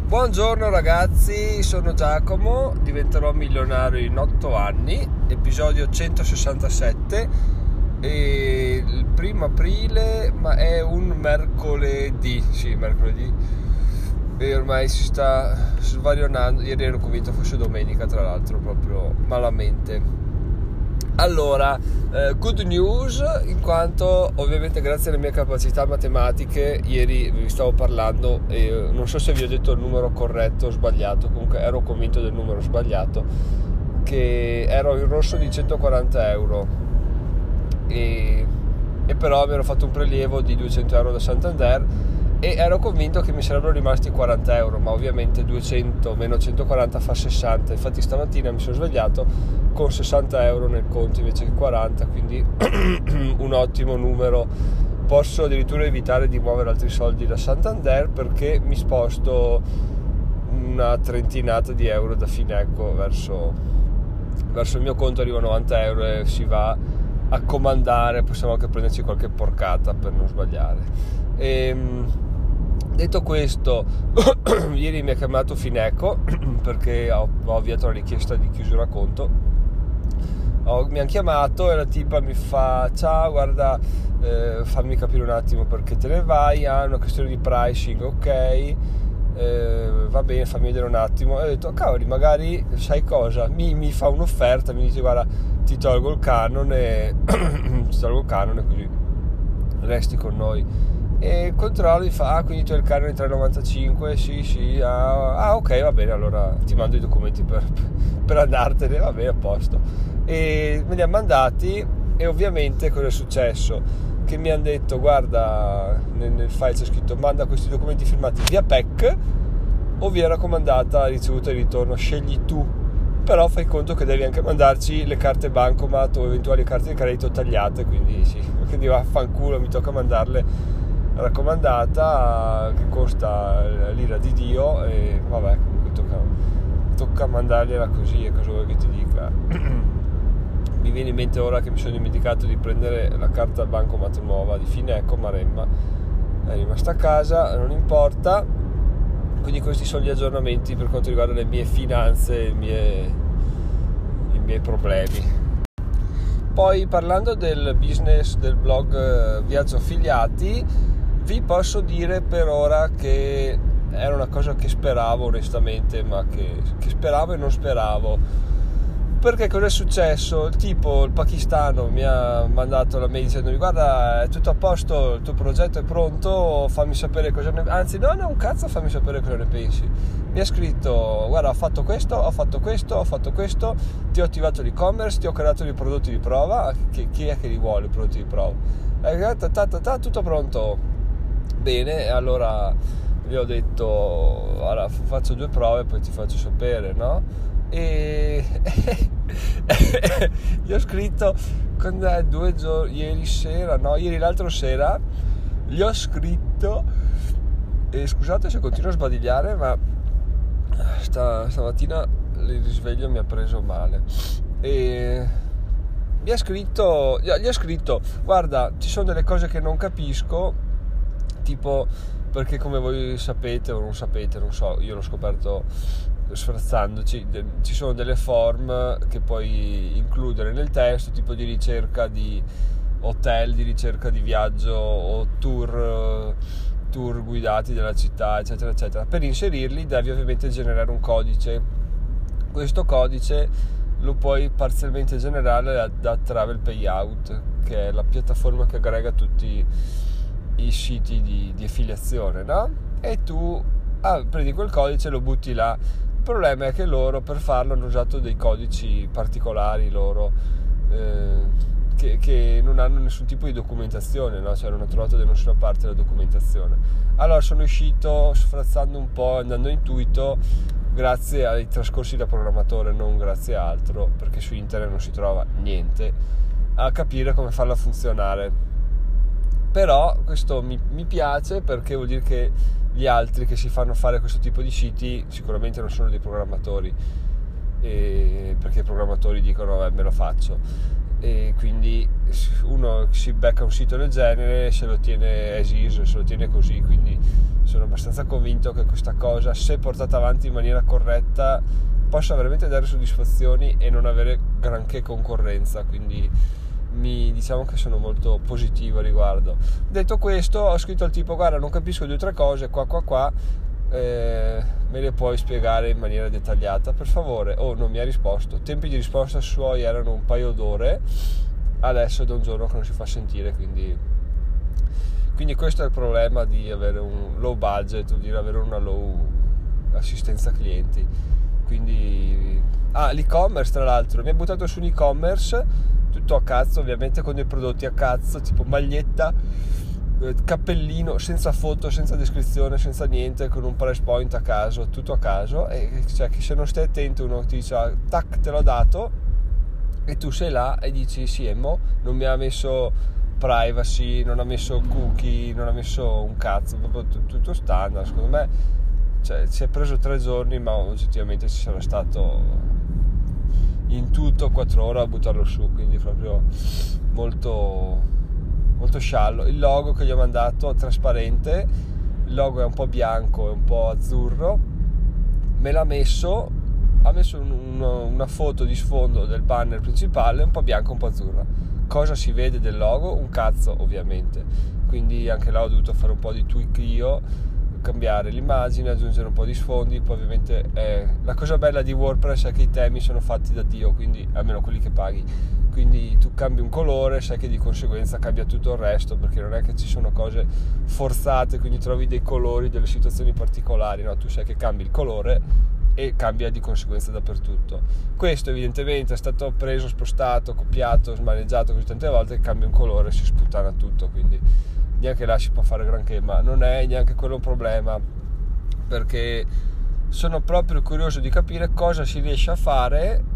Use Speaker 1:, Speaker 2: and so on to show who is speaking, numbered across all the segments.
Speaker 1: Buongiorno ragazzi, sono Giacomo, diventerò milionario in 8 anni, episodio 167 e il 1 aprile, ma è un mercoledì, e ormai si sta svarionando. Ieri ero convinto fosse domenica, tra l'altro, proprio malamente. Allora, good news, in quanto ovviamente grazie alle mie capacità matematiche, ieri vi stavo parlando e non so se vi ho detto il numero corretto o sbagliato, comunque ero convinto del numero sbagliato, che ero in rosso di 140 euro e però mi ero fatto un prelievo di 200 euro da Santander e ero convinto che mi sarebbero rimasti 40 euro, ma ovviamente 200 meno 140 fa 60, infatti stamattina mi sono svegliato con 60 euro nel conto invece che 40, quindi un ottimo numero. Posso addirittura evitare di muovere altri soldi da Santander perché mi sposto una trentinata di euro da Fineco verso il mio conto, arriva a 90 euro e si va a comandare, possiamo anche prenderci qualche porcata per non sbagliare. Detto questo, ieri mi ha chiamato Fineco perché ho avviato la richiesta di chiusura conto. Mi hanno chiamato e la tipa mi fa: ciao, guarda, fammi capire un attimo perché te ne vai, una questione di pricing, ok, va bene, fammi vedere un attimo. E ho detto: cavoli, magari sai cosa, mi fa un'offerta, mi dice: guarda, ti tolgo il canone così resti con noi. E il controllo mi fa: quindi tu hai il canone 3,95? Sì, ok, va bene, allora ti mando i documenti per andartene, va bene, a posto. E me li ha mandati e ovviamente cosa è successo? Che mi hanno detto: guarda, nel file c'è scritto manda questi documenti firmati via PEC o via raccomandata ricevuta di ritorno, scegli tu, però fai conto che devi anche mandarci le carte bancomat o eventuali carte di credito tagliate, quindi sì, quindi vaffanculo, mi tocca mandarle raccomandata che costa l'ira di Dio e vabbè, comunque tocca mandargliela così, e cosa vuoi che ti dica. Mi viene in mente ora che mi sono dimenticato di prendere la carta bancomat nuova di Fineco, Maremma è rimasta a casa, non importa. Quindi questi sono gli aggiornamenti per quanto riguarda le mie finanze, i miei problemi. Poi, parlando del business del blog Viaggio Affiliati, vi posso dire per ora che era una cosa che speravo onestamente, ma che speravo e non speravo. Perché cosa è successo? Il pakistano mi ha mandato la mail dicendomi: guarda, è tutto a posto, il tuo progetto è pronto, fammi sapere cosa ne pensi. Anzi, no, un cazzo, fammi sapere cosa ne pensi. Mi ha scritto: guarda, ho fatto questo, ti ho attivato l'e-commerce, ti ho creato dei prodotti di prova. Chi è che li vuole i prodotti di prova? Tutto pronto. Bene, allora gli ho detto: allora, faccio 2 prove e poi ti faccio sapere, no? E gli ho scritto ieri l'altro sera gli ho scritto, e scusate se continuo a sbadigliare, ma stamattina il risveglio mi ha preso male. E gli ho scritto: guarda, ci sono delle cose che non capisco, tipo, perché come voi sapete o non sapete, non so, io l'ho scoperto sforzandoci, ci sono delle form che puoi includere nel testo, tipo di ricerca di hotel, di ricerca di viaggio o tour guidati della città, eccetera eccetera. Per inserirli devi ovviamente generare un codice. Questo codice lo puoi parzialmente generare da Travel Payout, che è la piattaforma che aggrega tutti i siti di affiliazione, no? E tu prendi quel codice e lo butti là. Il problema è che loro per farlo hanno usato dei codici particolari loro, che non hanno nessun tipo di documentazione, no? Cioè non ho trovato da nessuna parte la documentazione. Allora sono uscito sfrazzando un po', andando intuito, grazie ai trascorsi da programmatore, non grazie a altro, perché su internet non si trova niente, a capire come farla funzionare. Però questo mi piace, perché vuol dire che gli altri che si fanno fare questo tipo di siti sicuramente non sono dei programmatori, perché i programmatori dicono me lo faccio, e quindi uno si becca un sito del genere, se lo tiene as is, se lo tiene così, quindi sono abbastanza convinto che questa cosa, se portata avanti in maniera corretta, possa veramente dare soddisfazioni e non avere granché concorrenza, quindi diciamo che sono molto positivo a riguardo. Detto questo, ho scritto al tipo: guarda, non capisco 2 o 3 cose qua, me le puoi spiegare in maniera dettagliata per favore? Non mi ha risposto. Tempi di risposta suoi erano un paio d'ore, adesso è da un giorno che non si fa sentire, quindi questo è il problema di avere un low budget, o di avere una low assistenza clienti. Quindi l'e-commerce, tra l'altro, mi ha buttato su un e-commerce tutto a cazzo, ovviamente, con dei prodotti a cazzo, tipo maglietta, cappellino, senza foto, senza descrizione, senza niente, con un price point a caso, tutto a caso, e cioè che se non stai attento uno ti dice tac, te l'ho dato, e tu sei là e dici sì, non mi ha messo privacy, non ha messo cookie, non ha messo un cazzo, proprio tutto standard. Secondo me, cioè, ci è preso 3 giorni, ma oggettivamente ci sarà stato in tutto 4 ore a buttarlo su, quindi proprio molto molto sciallo. Il logo che gli ho mandato è trasparente, il logo è un po' bianco e un po' azzurro, me l'ha messo, ha messo una foto di sfondo del banner principale un po' bianco, un po' azzurra. Cosa si vede del logo? Un cazzo, ovviamente, quindi anche là ho dovuto fare un po' di tweak io, cambiare l'immagine, aggiungere un po' di sfondi. Poi ovviamente la cosa bella di WordPress è che i temi sono fatti da Dio, quindi almeno quelli che paghi, quindi tu cambi un colore, sai che di conseguenza cambia tutto il resto, perché non è che ci sono cose forzate, quindi trovi dei colori, delle situazioni particolari, no? Tu sai che cambi il colore e cambia di conseguenza dappertutto. Questo evidentemente è stato preso, spostato, copiato, smaneggiato così tante volte che cambia un colore e si sputtana tutto, quindi neanche là si può fare granché, ma non è neanche quello un problema, perché sono proprio curioso di capire cosa si riesce a fare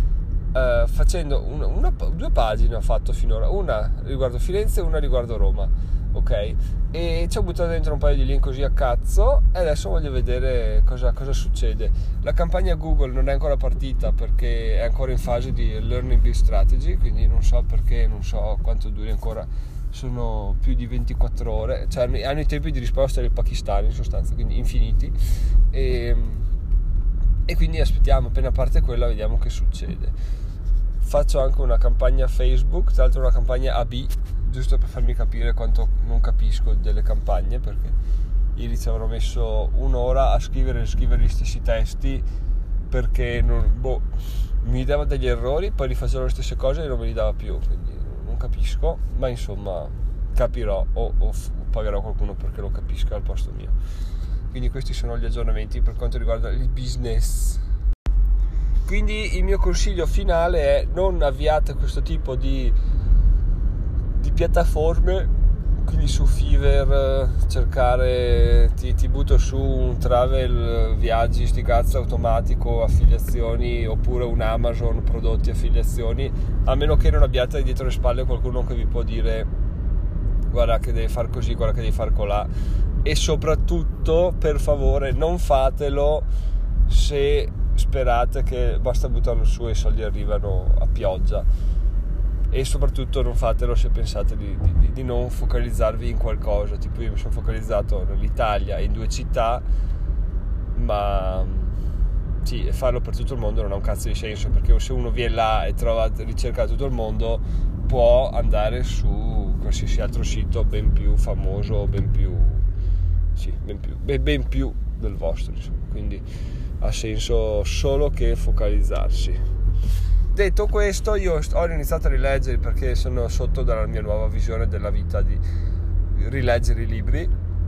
Speaker 1: facendo 2 pagine ho fatto finora, una riguardo Firenze e una riguardo Roma, ok? E ci ho buttato dentro un paio di link così a cazzo e adesso voglio vedere cosa succede. La campagna Google non è ancora partita perché è ancora in fase di Learning Big Strategy, quindi non so perché, non so quanto duri ancora, sono più di 24 ore, cioè hanno i tempi di risposta del Pakistan in sostanza, quindi infiniti, e quindi aspettiamo, appena parte quella vediamo che succede. Faccio anche una campagna Facebook, tra l'altro una campagna AB, giusto per farmi capire quanto non capisco delle campagne, perché ieri ci avrò messo 1 ora a scrivere gli stessi testi, perché mi dava degli errori, poi rifacevo le stesse cose e non me li dava più, quindi non capisco, ma insomma capirò o pagherò qualcuno perché lo capisca al posto mio. Quindi questi sono gli aggiornamenti per quanto riguarda il business. Quindi il mio consiglio finale è: non avviate questo tipo di piattaforme, quindi su Fiverr, cercare, ti butto su un travel viaggi sti cazzo automatico, affiliazioni, oppure un Amazon prodotti affiliazioni, a meno che non abbiate dietro le spalle qualcuno che vi può dire guarda che devi far così, guarda che devi far colà. E soprattutto, per favore, non fatelo se sperate che basta buttarlo su e i soldi arrivano a pioggia, e soprattutto non fatelo se pensate di non focalizzarvi in qualcosa. Tipo io mi sono focalizzato nell'Italia in 2 città, ma sì, e farlo per tutto il mondo non ha un cazzo di senso, perché se uno viene là e trova ricerca da tutto il mondo, può andare su qualsiasi altro sito ben più famoso, ben più del vostro, insomma. Quindi ha senso solo che focalizzarsi. Detto questo, io ho iniziato a rileggere, perché sono sotto dalla mia nuova visione della vita di rileggere i libri.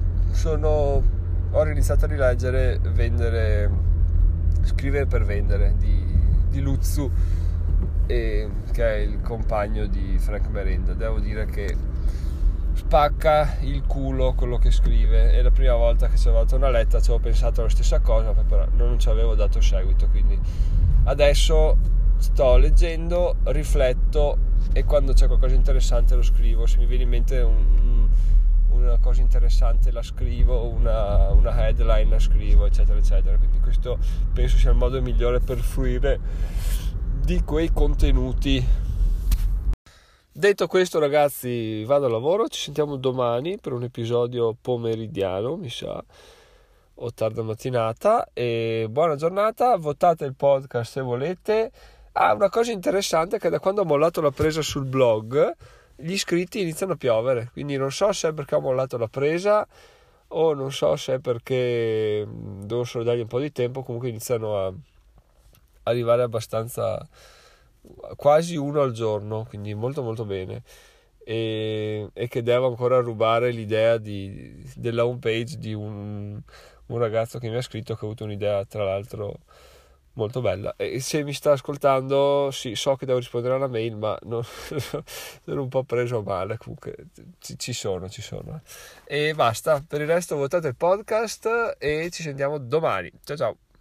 Speaker 1: Ho iniziato a rileggere Scrivere per vendere di Lutzu, che è il compagno di Frank Merenda. Devo dire che spacca il culo quello che scrive, e la prima volta che ci avevo fatto una letta ci avevo pensato alla stessa cosa, però non ci avevo dato seguito, quindi adesso sto leggendo, rifletto, e quando c'è qualcosa di interessante lo scrivo. Se mi viene in mente una cosa interessante la scrivo, una headline la scrivo, eccetera eccetera. Quindi questo penso sia il modo migliore per fruire di quei contenuti. Detto questo, ragazzi, vado al lavoro, ci sentiamo domani per un episodio pomeridiano, mi sa, o tarda mattinata, e buona giornata. Votate il podcast se volete. Una cosa interessante è che da quando ho mollato la presa sul blog gli iscritti iniziano a piovere, quindi non so se è perché ho mollato la presa o non so se è perché devo solo dargli un po' di tempo. Comunque iniziano a arrivare abbastanza, quasi uno al giorno, quindi molto molto bene, e che devo ancora rubare l'idea della home page di un ragazzo che mi ha scritto, che ha avuto un'idea tra l'altro molto bella. E se mi sta ascoltando, sì, so che devo rispondere alla mail, ma sono un po' preso a male. Comunque ci sono. E basta, per il resto votate il podcast e ci sentiamo domani. Ciao ciao.